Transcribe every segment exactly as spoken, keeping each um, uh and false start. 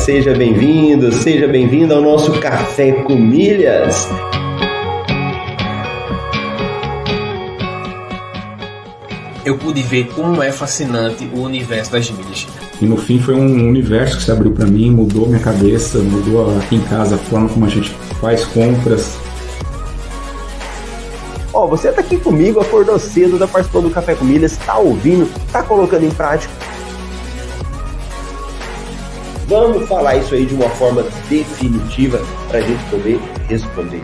seja bem-vindo, seja bem-vindo ao nosso Café com Milhas. Eu pude ver como é fascinante o universo das milhas. E no fim foi um universo que se abriu para mim, mudou minha cabeça, mudou aqui em casa a forma como a gente faz compras. Ó, oh, você tá aqui comigo, acordou cedo, tá participando do Café com Milhas, tá ouvindo, tá colocando em prática. Vamos falar isso aí de uma forma definitiva para a gente poder responder.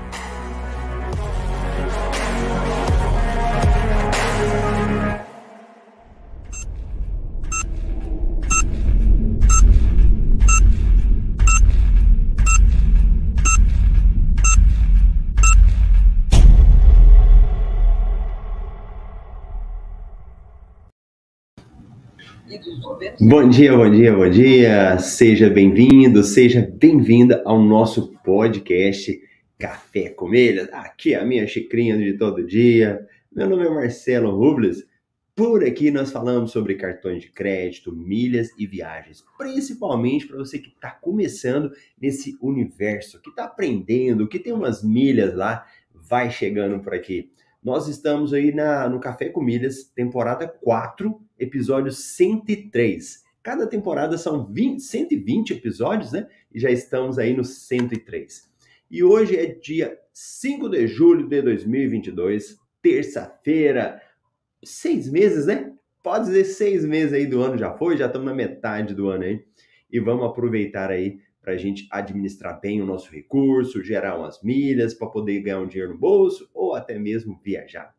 Bom dia, bom dia, bom dia, seja bem-vindo, seja bem-vinda ao nosso podcast Café com Milhas. Aqui é a minha xicrinha de todo dia, meu nome é Marcelo Rubles. Por aqui nós falamos sobre cartões de crédito, milhas e viagens, principalmente para você que está começando nesse universo, que está aprendendo, que tem umas milhas lá, vai chegando por aqui. Nós estamos aí na, no Café com Milhas, temporada quatro, episódio cento e três. Cada temporada são vinte, cento e vinte episódios, né? E já estamos aí no cento e três. E hoje é dia cinco de julho de dois mil e vinte e dois, terça-feira. Seis meses, né? Pode dizer seis meses aí do ano já foi, já estamos na metade do ano aí. E vamos aproveitar aí para a gente administrar bem o nosso recurso, gerar umas milhas para poder ganhar um dinheiro no bolso ou até mesmo viajar.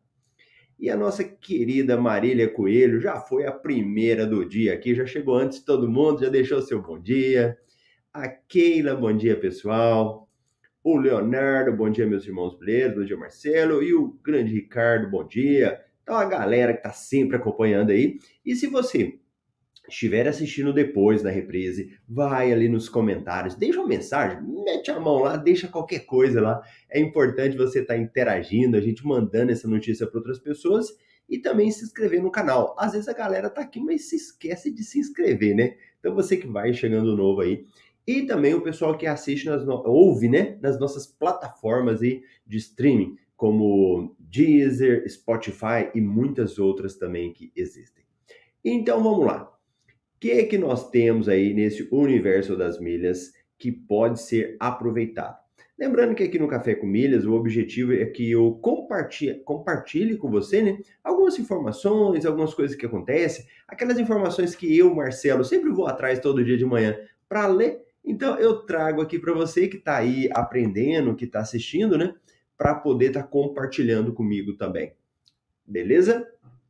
E a nossa querida Marília Coelho já foi a primeira do dia aqui, já chegou antes de todo mundo, já deixou seu bom dia. A Keila, bom dia pessoal. O Leonardo, bom dia meus irmãos brasileiros, bom dia Marcelo. E o grande Ricardo, bom dia. Então a galera que está sempre acompanhando aí. E se você estiver assistindo depois na reprise, vai ali nos comentários, deixa uma mensagem, mete a mão lá, deixa qualquer coisa lá. É importante você estar interagindo, a gente mandando essa notícia para outras pessoas e também se inscrever no canal. Às vezes a galera tá aqui, mas se esquece de se inscrever, né? Então você que vai chegando novo aí. E também o pessoal que assiste, nas no... ouve, né? Nas nossas plataformas aí de streaming, como Deezer, Spotify e muitas outras também que existem. Então vamos lá. O que é que nós temos aí nesse universo das milhas que pode ser aproveitado? Lembrando que aqui no Café com Milhas o objetivo é que eu compartilhe, compartilhe com você, né, algumas informações, algumas coisas que acontecem, aquelas informações que eu, Marcelo, sempre vou atrás todo dia de manhã para ler. Então eu trago aqui para você que está aí aprendendo, que está assistindo, né, para poder estar tá compartilhando comigo também. Beleza?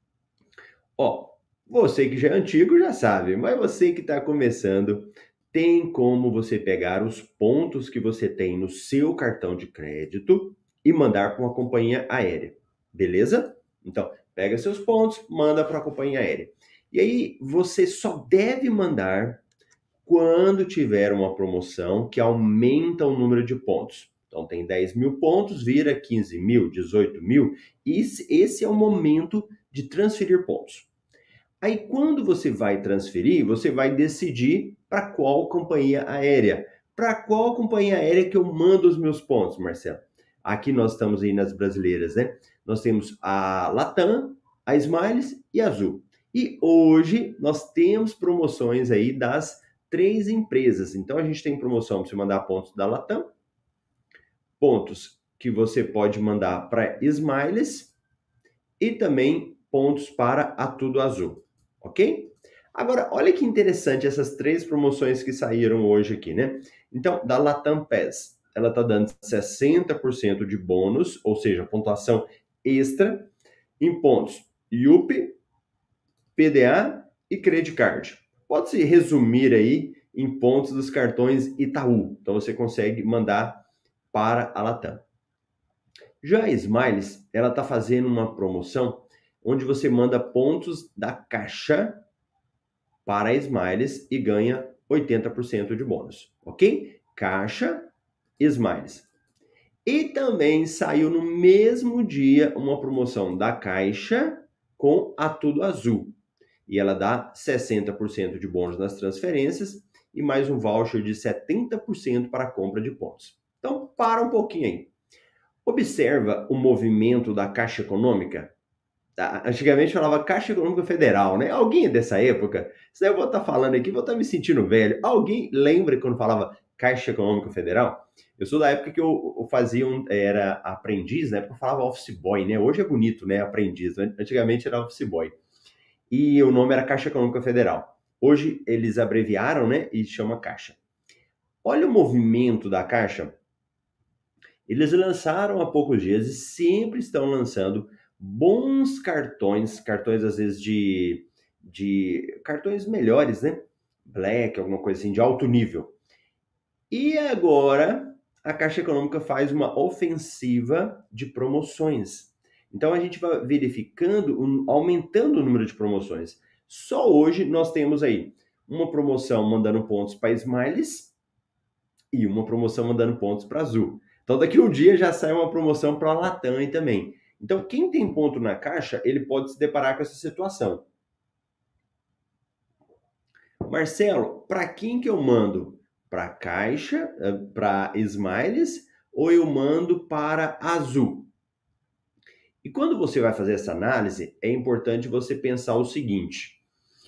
Ó, você que já é antigo já sabe, mas você que está começando, tem como você pegar os pontos que você tem no seu cartão de crédito e mandar para uma companhia aérea, beleza? Então, pega seus pontos, manda para a companhia aérea. E aí, você só deve mandar quando tiver uma promoção que aumenta o número de pontos. Então, tem dez mil pontos, vira quinze mil, dezoito mil. Esse, esse é o momento de transferir pontos. Aí, quando você vai transferir, você vai decidir para qual companhia aérea. Para qual companhia aérea que eu mando os meus pontos, Marcelo? Aqui nós estamos aí nas brasileiras, né? Nós temos a Latam, a Smiles e a Azul. E hoje nós temos promoções aí das três empresas. Então, a gente tem promoção para você mandar pontos da Latam, pontos que você pode mandar para Smiles e também pontos para a Tudo Azul. Ok? Agora, olha que interessante essas três promoções que saíram hoje aqui, né? Então, da Latam Pass, ela está dando sessenta por cento de bônus, ou seja, pontuação extra, em pontos U P, P D A e Credit Card. Pode-se resumir aí em pontos dos cartões Itaú. Então, você consegue mandar para a Latam. Já a Smiles, ela está fazendo uma promoção onde você manda pontos da Caixa para a Smiles e ganha oitenta por cento de bônus, ok? Caixa, Smiles. E também saiu no mesmo dia uma promoção da Caixa com a Tudo Azul. E ela dá sessenta por cento de bônus nas transferências e mais um voucher de setenta por cento para a compra de pontos. Então, para um pouquinho aí. Observa o movimento da Caixa Econômica. Antigamente falava Caixa Econômica Federal, né? Alguém dessa época, se eu vou estar falando aqui, vou estar me sentindo velho. Alguém lembra quando falava Caixa Econômica Federal? Eu sou da época que eu, eu fazia, um, era aprendiz, na época eu falava office boy, né? Hoje é bonito, né? Aprendiz. Antigamente era office boy. E o nome era Caixa Econômica Federal. Hoje eles abreviaram, né? E chama Caixa. Olha o movimento da Caixa. Eles lançaram há poucos dias e sempre estão lançando bons cartões, cartões às vezes de, de cartões melhores, né? Black, alguma coisa assim, de alto nível. E agora a Caixa Econômica faz uma ofensiva de promoções. Então a gente vai verificando, um, aumentando o número de promoções. Só hoje nós temos aí uma promoção mandando pontos para Smiles e uma promoção mandando pontos para Azul. Então daqui a um dia já sai uma promoção para a Latam aí também. Então, quem tem ponto na Caixa, ele pode se deparar com essa situação. Marcelo, para quem que eu mando? Para Caixa, para Smiles, ou eu mando para Azul? E quando você vai fazer essa análise, é importante você pensar o seguinte.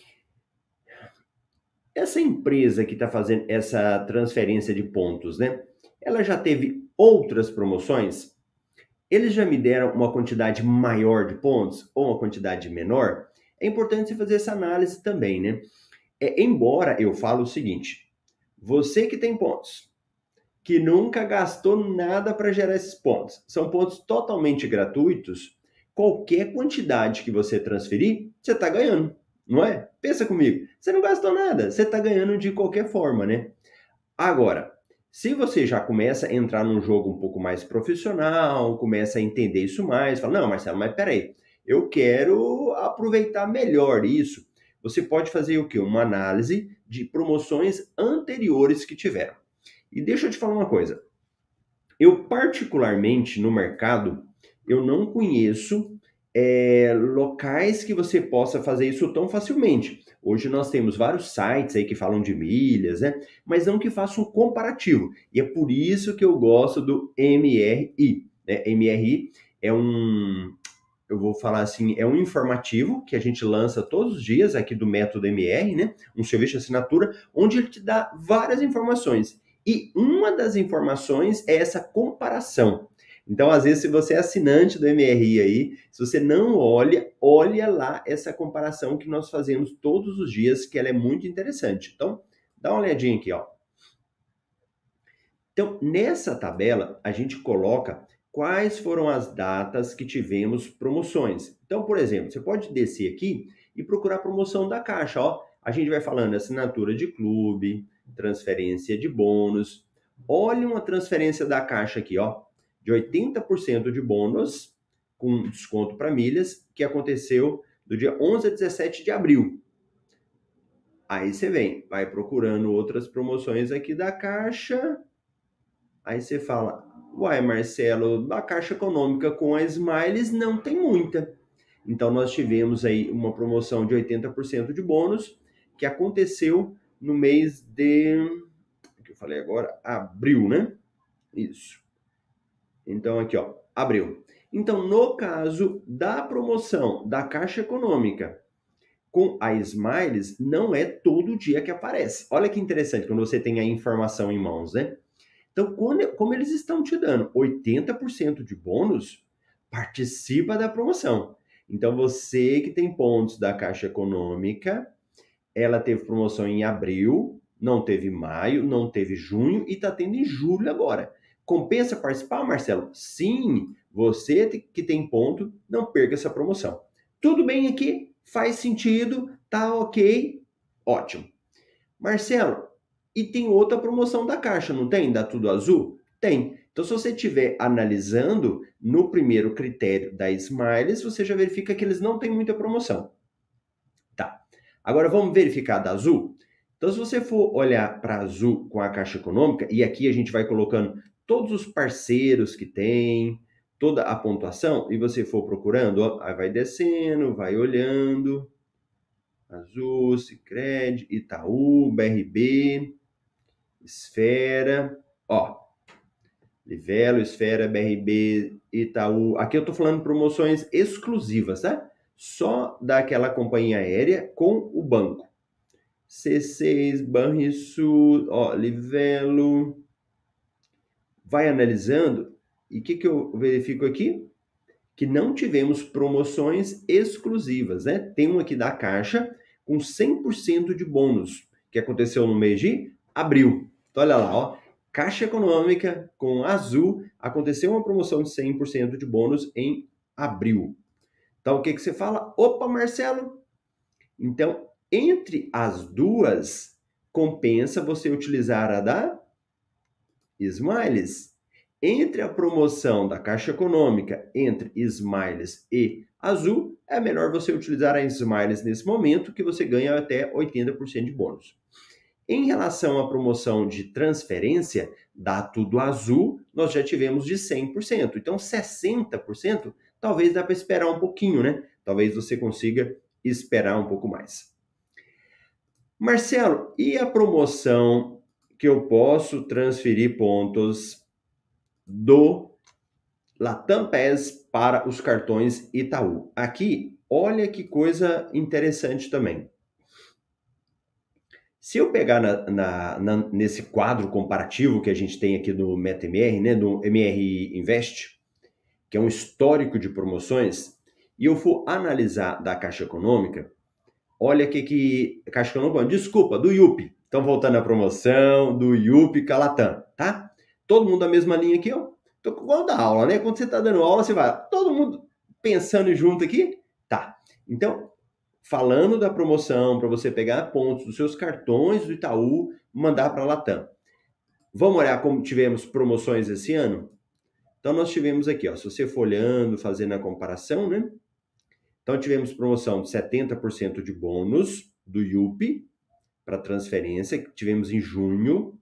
Essa empresa que está fazendo essa transferência de pontos, né? Ela já teve outras promoções? Eles já me deram uma quantidade maior de pontos ou uma quantidade menor? É importante você fazer essa análise também, né? É, embora eu falo o seguinte, você que tem pontos, que nunca gastou nada para gerar esses pontos, são pontos totalmente gratuitos, qualquer quantidade que você transferir, você está ganhando, não é? Pensa comigo, você não gastou nada, você está ganhando de qualquer forma, né? Agora, se você já começa a entrar num jogo um pouco mais profissional, começa a entender isso mais, fala, não, Marcelo, mas peraí, eu quero aproveitar melhor isso. Você pode fazer o quê? Uma análise de promoções anteriores que tiveram. E deixa eu te falar uma coisa. Eu, particularmente, no mercado, eu não conheço é, locais que você possa fazer isso tão facilmente. Hoje nós temos vários sites aí que falam de milhas, né? Mas não que façam um comparativo. E é por isso que eu gosto do M R I. Né? M R I é um, eu vou falar assim, é um informativo que a gente lança todos os dias aqui do Método M R, né? Um serviço de assinatura, onde ele te dá várias informações. E uma das informações é essa comparação. Então, às vezes, se você é assinante do M R I aí, se você não olha, olha lá essa comparação que nós fazemos todos os dias, que ela é muito interessante. Então, dá uma olhadinha aqui, ó. Então, nessa tabela, a gente coloca quais foram as datas que tivemos promoções. Então, por exemplo, você pode descer aqui e procurar a promoção da Caixa, ó. A gente vai falando assinatura de clube, transferência de bônus. Olha uma transferência da Caixa aqui, ó, de oitenta por cento de bônus, com desconto para milhas, que aconteceu do dia onze a dezessete de abril. Aí você vem, vai procurando outras promoções aqui da Caixa. Aí você fala, uai, Marcelo, a Caixa Econômica com a Smiles não tem muita. Então, nós tivemos aí uma promoção de oitenta por cento de bônus, que aconteceu no mês de, o que eu falei agora, abril, né? Isso. Então, aqui, ó, abril. Então, no caso da promoção da Caixa Econômica com a Smiles, não é todo dia que aparece. Olha que interessante quando você tem a informação em mãos, né? Então, quando, como eles estão te dando oitenta por cento de bônus, participa da promoção. Então, você que tem pontos da Caixa Econômica, ela teve promoção em abril, não teve maio, não teve junho e está tendo em julho agora. Compensa participar, Marcelo? Sim, você que tem ponto, não perca essa promoção. Tudo bem aqui? Faz sentido? Tá ok? Ótimo. Marcelo, e tem outra promoção da Caixa, não tem? Da Tudo Azul? Tem. Então, se você estiver analisando no primeiro critério da Smiles, você já verifica que eles não têm muita promoção. Tá. Agora, vamos verificar da Azul? Então, se você for olhar para a Azul com a Caixa Econômica, e aqui a gente vai colocando todos os parceiros que tem, toda a pontuação, e você for procurando, ó, aí vai descendo, vai olhando, Azul, Sicredi, Itaú, B R B, Esfera, ó, Livelo, Esfera, B R B, Itaú. Aqui eu tô falando promoções exclusivas, tá? Só daquela companhia aérea com o banco. C seis, Banrisul, ó, Livelo. Vai analisando e o que, que eu verifico aqui? Que não tivemos promoções exclusivas, né? Tem um aqui da Caixa com cem por cento de bônus, que aconteceu no mês de abril. Então, olha lá, ó. Caixa Econômica com Azul, aconteceu uma promoção de cem por cento de bônus em abril. Então, o que, que você fala? Opa, Marcelo! Então, entre as duas, compensa você utilizar a da Smiles. Entre a promoção da Caixa Econômica, entre Smiles e Azul, é melhor você utilizar a Smiles nesse momento, que você ganha até oitenta por cento de bônus. Em relação à promoção de transferência, da Tudo Azul, nós já tivemos de cem por cento. Então, sessenta por cento, talvez dá para esperar um pouquinho, né? Talvez você consiga esperar um pouco mais. Marcelo, e a promoção que eu posso transferir pontos do Latam Pass para os cartões Itaú? Aqui, olha que coisa interessante também. Se eu pegar na, na, na, nesse quadro comparativo que a gente tem aqui do MetaMR, né, do M R Invest, que é um histórico de promoções, e eu for analisar da Caixa Econômica, olha que que Caixa Econômica, desculpa, do I U P. Então, voltando à promoção do I U P com a Latam, tá? Todo mundo da mesma linha aqui, ó. Tô igual da aula, né? Quando você tá dando aula, você vai, todo mundo pensando junto aqui? Tá. Então, falando da promoção para você pegar pontos dos seus cartões do Itaú, mandar para a Latam. Vamos olhar como tivemos promoções esse ano? Então, nós tivemos aqui, ó, se você for olhando, fazendo a comparação, né? Então, tivemos promoção de setenta por cento de bônus do I U P para transferência, que tivemos em junho.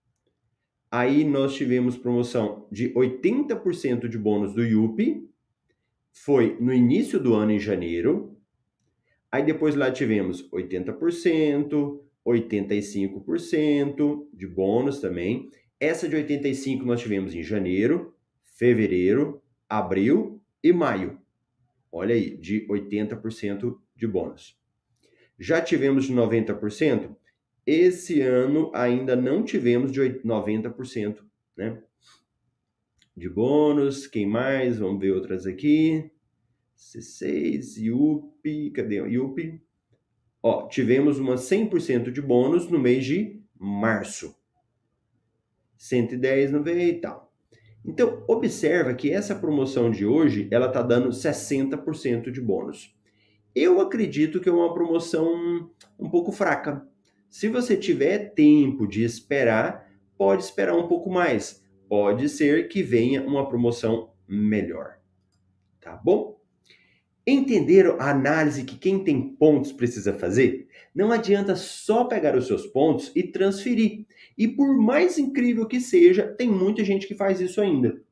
Aí, nós tivemos promoção de oitenta por cento de bônus do I U P, foi no início do ano, em janeiro. Aí, depois lá tivemos oitenta por cento, oitenta e cinco por cento de bônus também. Essa de oitenta e cinco por cento nós tivemos em janeiro, fevereiro, abril e maio. Olha aí, de oitenta por cento de bônus. Já tivemos de noventa por cento? Esse ano ainda não tivemos de noventa por cento, né? De bônus. Quem mais? Vamos ver outras aqui. C seis, I U P, cadê o I U P? Ó, tivemos uma cem por cento de bônus no mês de março. cento e dez não veio e tal. Então, observa que essa promoção de hoje, ela está dando sessenta por cento de bônus. Eu acredito que é uma promoção um pouco fraca. Se você tiver tempo de esperar, pode esperar um pouco mais. Pode ser que venha uma promoção melhor. Tá bom? Entenderam a análise que quem tem pontos precisa fazer? Não adianta só pegar os seus pontos e transferir. E por mais incrível que seja, tem muita gente que faz isso ainda.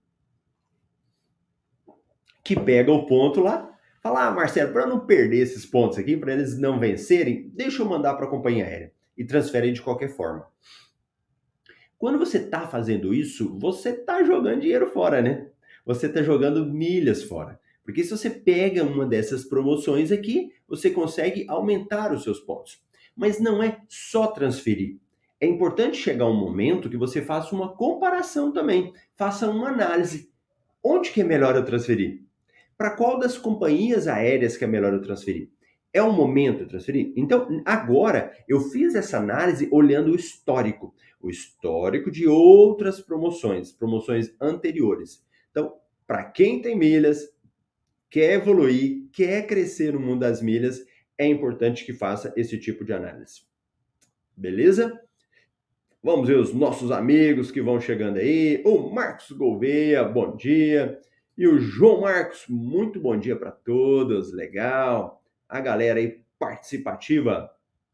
Que pega o ponto lá, fala, ah, Marcelo, para não perder esses pontos aqui, para eles não vencerem, deixa eu mandar para a companhia aérea. E transfere de qualquer forma. Quando você está fazendo isso, você está jogando dinheiro fora, né? Você está jogando milhas fora. Porque se você pega uma dessas promoções aqui, você consegue aumentar os seus pontos. Mas não é só transferir. É importante chegar um momento que você faça uma comparação também. Faça uma análise. Onde que é melhor eu transferir? Para qual das companhias aéreas que é melhor eu transferir? É o momento de transferir? Então, agora, eu fiz essa análise olhando o histórico. O histórico de outras promoções, promoções anteriores. Então, para quem tem milhas, quer evoluir, quer crescer no mundo das milhas, é importante que faça esse tipo de análise. Beleza? Vamos ver os nossos amigos que vão chegando aí. O Marcos Gouveia, bom dia. E o João Marcos, muito bom dia para todos. Legal. A galera aí participativa.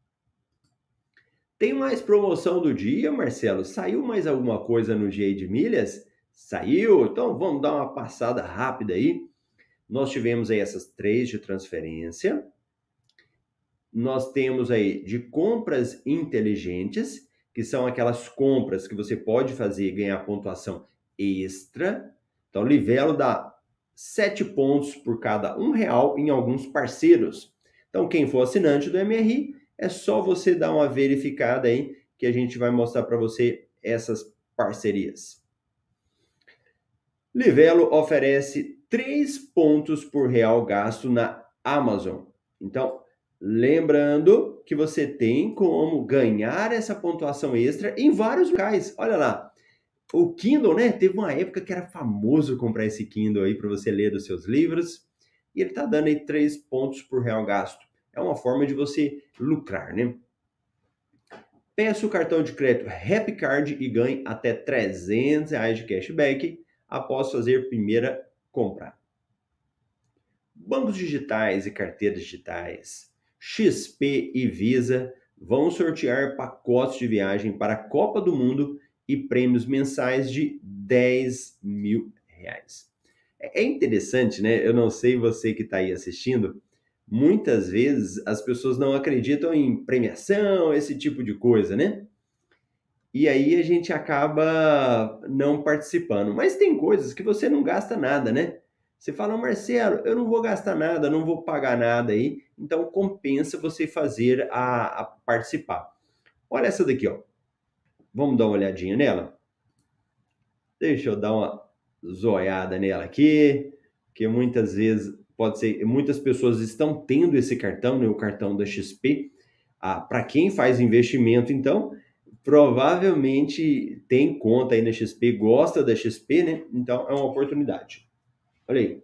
Tem mais promoção do dia, Marcelo? Saiu mais alguma coisa no G de milhas? Saiu? Então vamos dar uma passada rápida aí. Nós tivemos aí essas três de transferência. Nós temos aí de compras inteligentes, que são aquelas compras que você pode fazer e ganhar pontuação extra. Então, Livelo dá sete pontos por cada um real em alguns parceiros. Então, quem for assinante do M R I, é só você dar uma verificada aí, que a gente vai mostrar para você essas parcerias. Livelo oferece três pontos por real gasto na Amazon. Então, lembrando que você tem como ganhar essa pontuação extra em vários locais. Olha lá, o Kindle, né? Teve uma época que era famoso comprar esse Kindle aí para você ler os seus livros. E ele está dando aí três pontos por real gasto. É uma forma de você lucrar, né? Peça o cartão de crédito Happy Card e ganhe até trezentos reais de cashback após fazer primeira compra. Bancos digitais e carteiras digitais, X P e Visa vão sortear pacotes de viagem para a Copa do Mundo e prêmios mensais de dez mil reais. É interessante, né? Eu não sei você que está aí assistindo, muitas vezes as pessoas não acreditam em premiação, esse tipo de coisa, né? E aí a gente acaba não participando. Mas tem coisas que você não gasta nada, né? Você fala, Marcelo, eu não vou gastar nada, não vou pagar nada aí, então compensa você fazer a, a participar. Olha essa daqui, ó. Vamos dar uma olhadinha nela? Deixa eu dar uma zoiada nela aqui, que muitas vezes pode ser, muitas pessoas estão tendo esse cartão, né, o cartão da X P. Ah, para quem faz investimento, então, provavelmente tem conta aí na X P, gosta da X P, né? Então é uma oportunidade. Olha aí.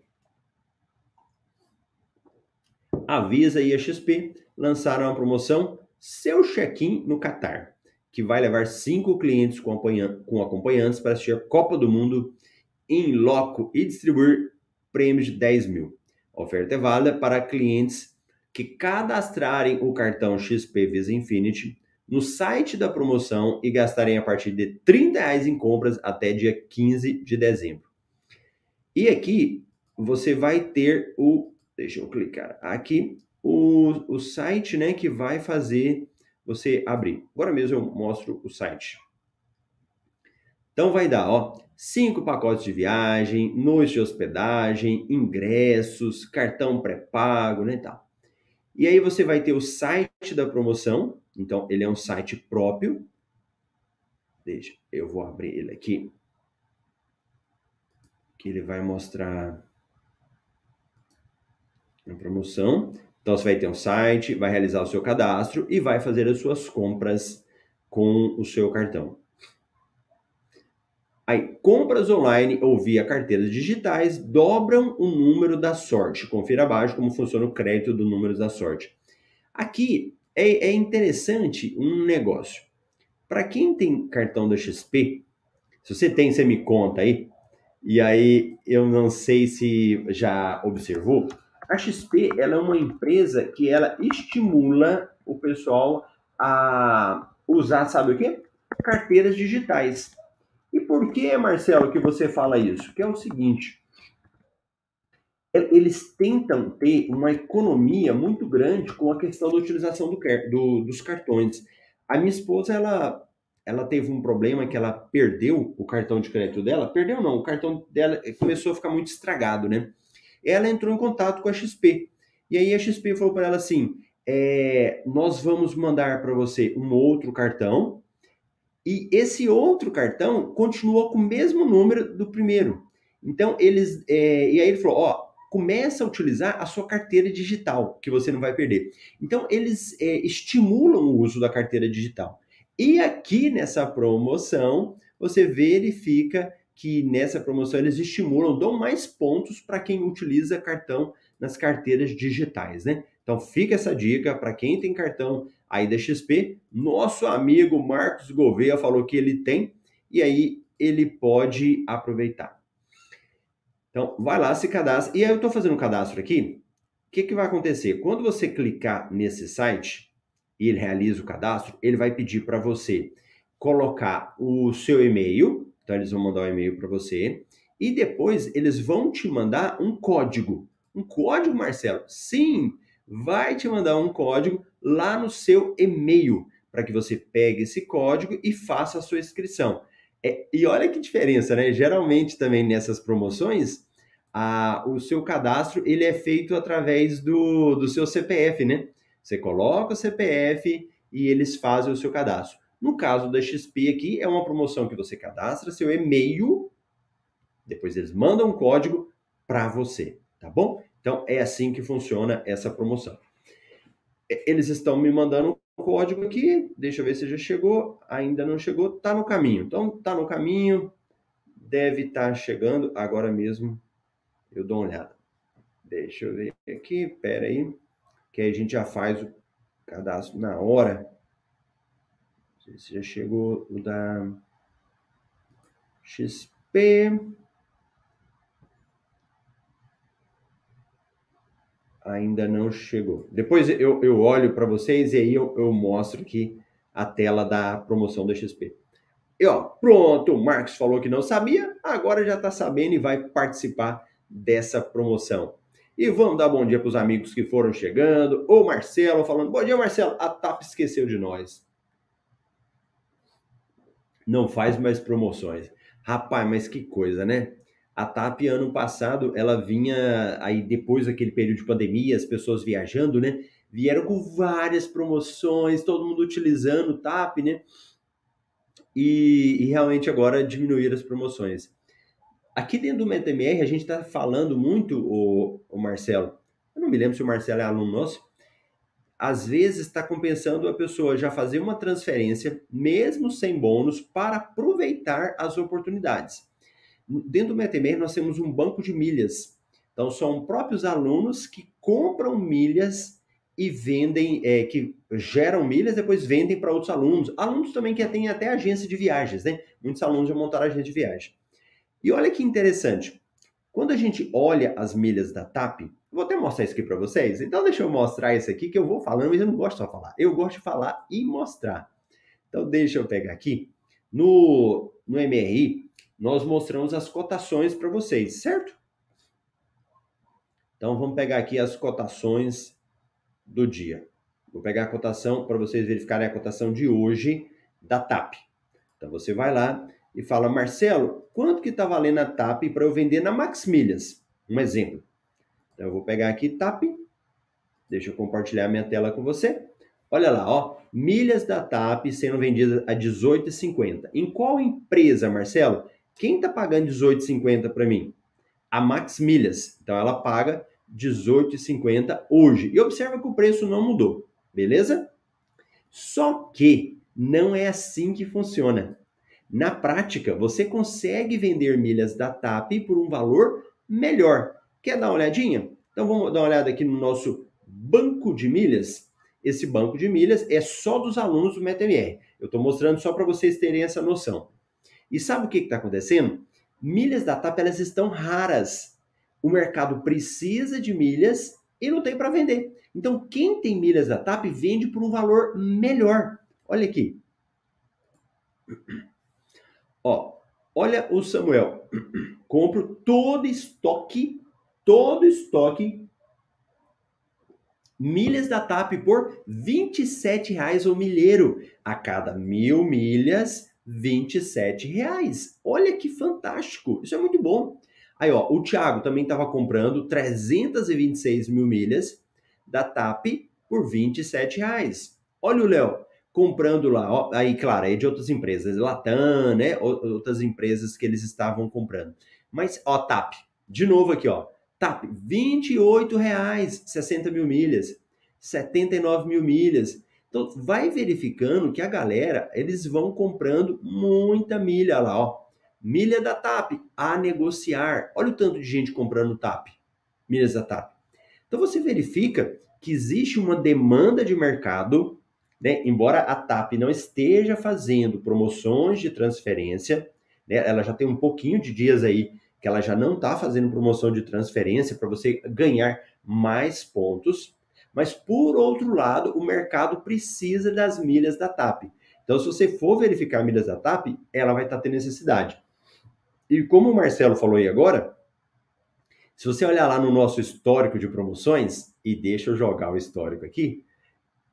A Visa e a X P lançaram a promoção Seu Check-in no Catar, que vai levar cinco clientes com, com acompanhantes para assistir a Copa do Mundo em loco e distribuir prêmios de dez mil. A oferta é válida para clientes que cadastrarem o cartão X P Visa Infinity no site da promoção e gastarem a partir de trinta reais em compras até dia quinze de dezembro. E aqui você vai ter o, deixa eu clicar aqui, o, o site, né, que vai fazer você abrir. Agora mesmo eu mostro o site. Então vai dar, ó, cinco pacotes de viagem, noite de hospedagem, ingressos, cartão pré-pago, né, tal. E aí você vai ter o site da promoção, então ele é um site próprio. Deixa, eu vou abrir ele aqui, que ele vai mostrar a promoção. Então você vai ter um site, vai realizar o seu cadastro e vai fazer as suas compras com o seu cartão. Aí, compras online ou via carteiras digitais dobram o número da sorte. Confira abaixo como funciona o crédito do número da sorte. Aqui é, é interessante um negócio. Para quem tem cartão da X P, se você tem, você me conta aí. E aí, eu não sei se já observou, a X P ela é uma empresa que ela estimula o pessoal a usar, sabe o quê? Carteiras digitais. E por que, Marcelo, que você fala isso? Que é o seguinte, eles tentam ter uma economia muito grande com a questão da utilização do, do, dos cartões. A minha esposa, ela, ela teve um problema que ela perdeu o cartão de crédito dela. Perdeu não, o cartão dela começou a ficar muito estragado, né? Ela entrou em contato com a X P. E aí a X P falou para ela assim, é, nós vamos mandar para você um outro cartão, e esse outro cartão continua com o mesmo número do primeiro. Então, eles... É, e aí ele falou, ó, começa a utilizar a sua carteira digital, que você não vai perder. Então, eles é, estimulam o uso da carteira digital. E aqui nessa promoção, você verifica que nessa promoção eles estimulam, dão mais pontos para quem utiliza cartão nas carteiras digitais, né? Então, fica essa dica para quem tem cartão aí da X P. Nosso amigo Marcos Gouveia falou que ele tem, e aí ele pode aproveitar. Então, vai lá, se cadastra. E aí eu estou fazendo um cadastro aqui. O que, que vai acontecer? Quando você clicar nesse site e ele realiza o cadastro, ele vai pedir para você colocar o seu e-mail. Então, eles vão mandar um e-mail para você. E depois, eles vão te mandar um código. Um código, Marcelo? Sim, vai te mandar um código lá no seu e-mail para que você pegue esse código e faça a sua inscrição. É, e olha que diferença, né? Geralmente também nessas promoções, a, o seu cadastro ele é feito através do, do seu C P F, né? Você coloca o C P F e eles fazem o seu cadastro. No caso da X P aqui, é uma promoção que você cadastra seu e-mail, depois eles mandam um código para você, tá bom? Então, é assim que funciona essa promoção. Eles estão me mandando um código aqui, deixa eu ver se já chegou, ainda não chegou, tá no caminho. Então, tá no caminho, deve estar chegando agora mesmo, eu dou uma olhada. Deixa eu ver aqui, pera aí, que aí a gente já faz o cadastro na hora. Não sei se já chegou o da X P. Ainda não chegou. Depois eu, eu olho para vocês e aí eu, eu mostro aqui a tela da promoção da X P. E ó, pronto, o Marcos falou que não sabia, agora já está sabendo e vai participar dessa promoção. E vamos dar bom dia para os amigos que foram chegando. O Marcelo falando, bom dia Marcelo, a T A P esqueceu de nós. Não faz mais promoções. Rapaz, mas que coisa, né? A T A P, ano passado, ela vinha, aí depois daquele período de pandemia, as pessoas viajando, né? Vieram com várias promoções, todo mundo utilizando o T A P, né? E, e realmente agora diminuíram as promoções. Aqui dentro do MetaMR, a gente está falando muito, o, o Marcelo, eu não me lembro se o Marcelo é aluno nosso, às vezes está compensando a pessoa já fazer uma transferência, mesmo sem bônus, para aproveitar as oportunidades. Dentro do MetaMR nós temos um banco de milhas. Então são próprios alunos que compram milhas e vendem, é, que geram milhas, depois vendem para outros alunos. Alunos também que têm até agência de viagens, né? Muitos alunos já montaram agência de viagem. E olha que interessante. Quando a gente olha as milhas da T A P, vou até mostrar isso aqui para vocês. Então deixa eu mostrar isso aqui que eu vou falando, mas eu não gosto só de falar. Eu gosto de falar e mostrar. Então deixa eu pegar aqui. No, no M R I, nós mostramos as cotações para vocês, certo? Então vamos pegar aqui as cotações do dia. Vou pegar a cotação para vocês verificarem a cotação de hoje da T A P. Então você vai lá e fala, Marcelo, quanto que está valendo a T A P para eu vender na Max Milhas? Um exemplo. Então eu vou pegar aqui T A P, deixa eu compartilhar minha tela com você. Olha lá, ó, milhas da T A P sendo vendidas a dezoito reais e cinquenta centavos. Em qual empresa, Marcelo? Quem está pagando dezoito reais e cinquenta centavos para mim? A Max Milhas. Então ela paga dezoito reais e cinquenta centavos hoje. E observa que o preço não mudou, beleza? Só que não é assim que funciona. Na prática, você consegue vender milhas da T A P por um valor melhor. Quer dar uma olhadinha? Então vamos dar uma olhada aqui no nosso banco de milhas. Esse banco de milhas é só dos alunos do MetaMR. Eu estou mostrando só para vocês terem essa noção. E sabe o que está acontecendo? Milhas da T A P elas estão raras. O mercado precisa de milhas e não tem para vender. Então quem tem milhas da T A P vende por um valor melhor. Olha aqui. Ó, olha o Samuel. Compro todo estoque, todo estoque, milhas da T A P por vinte e sete reais o milheiro. A cada mil milhas, vinte e sete reais. Olha que fantástico. Isso é muito bom. Aí, ó, o Thiago também estava comprando trezentas e vinte e seis mil milhas da T A P por vinte e sete reais. Olha o Léo. Comprando lá, ó, aí claro, é de outras empresas, Latam, né, outras empresas que eles estavam comprando. Mas, ó, T A P, de novo aqui, ó, T A P, vinte e oito reais, sessenta mil milhas, setenta e nove mil milhas. Então, vai verificando que a galera, eles vão comprando muita milha lá, ó. Milha da T A P, a negociar. Olha o tanto de gente comprando T A P, milhas da T A P. Então, você verifica que existe uma demanda de mercado, né? Embora a T A P não esteja fazendo promoções de transferência, né? Ela já tem um pouquinho de dias aí que ela já não está fazendo promoção de transferência para você ganhar mais pontos, mas por outro lado, o mercado precisa das milhas da T A P. Então, se você for verificar milhas da T A P, ela vai estar tendo necessidade. E como o Marcelo falou aí agora, se você olhar lá no nosso histórico de promoções, e deixa eu jogar o histórico aqui,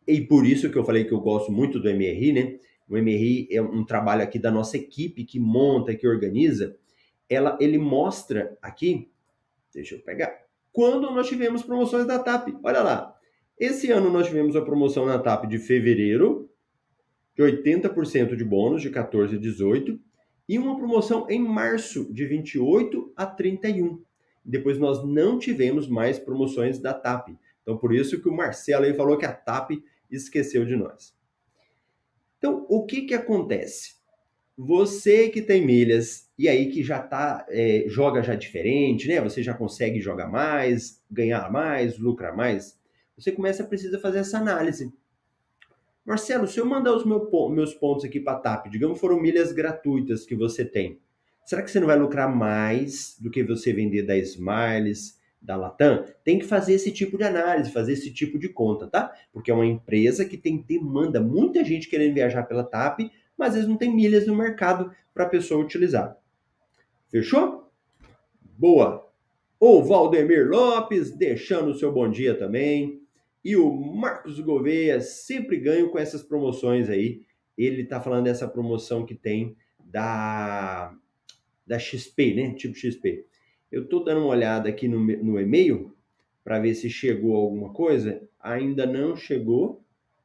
E por isso que eu falei que eu gosto muito do M R I, né? O M R I é um trabalho aqui da nossa equipe que monta, que organiza. Ela, ele mostra aqui, deixa eu pegar, quando nós tivemos promoções da T A P. Olha lá, esse ano nós tivemos a promoção na T A P de fevereiro, de oitenta por cento de bônus, de quatorze a dezoito, e uma promoção em março, de vinte e oito a trinta e um. Depois nós não tivemos mais promoções da T A P. Então, por isso que o Marcelo aí falou que a T A P esqueceu de nós. Então, o que que acontece? Você que tem milhas e aí que já tá, é, joga já diferente, né? Você já consegue jogar mais, ganhar mais, lucrar mais. Você começa a precisar fazer essa análise. Marcelo, se eu mandar os meu, meus pontos aqui para a T A P, digamos foram milhas gratuitas que você tem, será que você não vai lucrar mais do que você vender da Smiles, da Latam? Tem que fazer esse tipo de análise, fazer esse tipo de conta, tá? Porque é uma empresa que tem demanda, muita gente querendo viajar pela T A P, mas às vezes não tem milhas no mercado para a pessoa utilizar. Fechou? Boa! O Valdemir Lopes deixando o seu bom dia também. E o Marcos Gouveia sempre ganha com essas promoções aí. Ele tá falando dessa promoção que tem da, da X P, né? Tipo X P. Eu tô dando uma olhada aqui no, no e-mail para ver se chegou alguma coisa. Ainda não chegou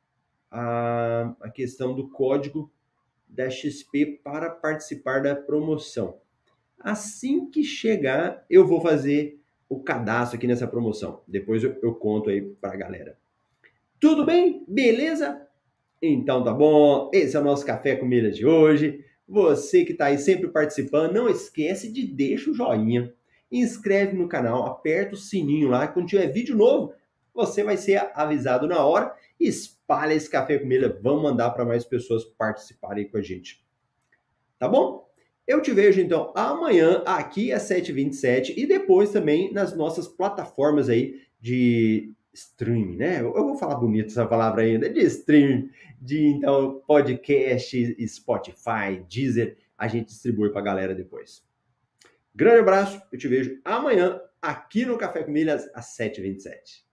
a, a questão do código da X P para participar da promoção. Assim que chegar, eu vou fazer o cadastro aqui nessa promoção. Depois eu, eu conto aí pra galera. Tudo bem? Beleza? Então tá bom. Esse é o nosso Café com Milhas de hoje. Você que tá aí sempre participando, não esquece de deixar o joinha. Inscreve no canal, aperta o sininho lá. Quando tiver vídeo novo, você vai ser avisado na hora. Espalha esse Café com Milhas. Vamos mandar para mais pessoas participarem com a gente. Tá bom? Eu te vejo, então, amanhã aqui às sete e vinte e sete e depois também nas nossas plataformas aí de streaming, né? Eu vou falar bonito essa palavra ainda, de streaming, de, então, podcast, Spotify, Deezer, a gente distribui pra galera depois. Grande abraço, eu te vejo amanhã aqui no Café com Milhas às sete e vinte e sete.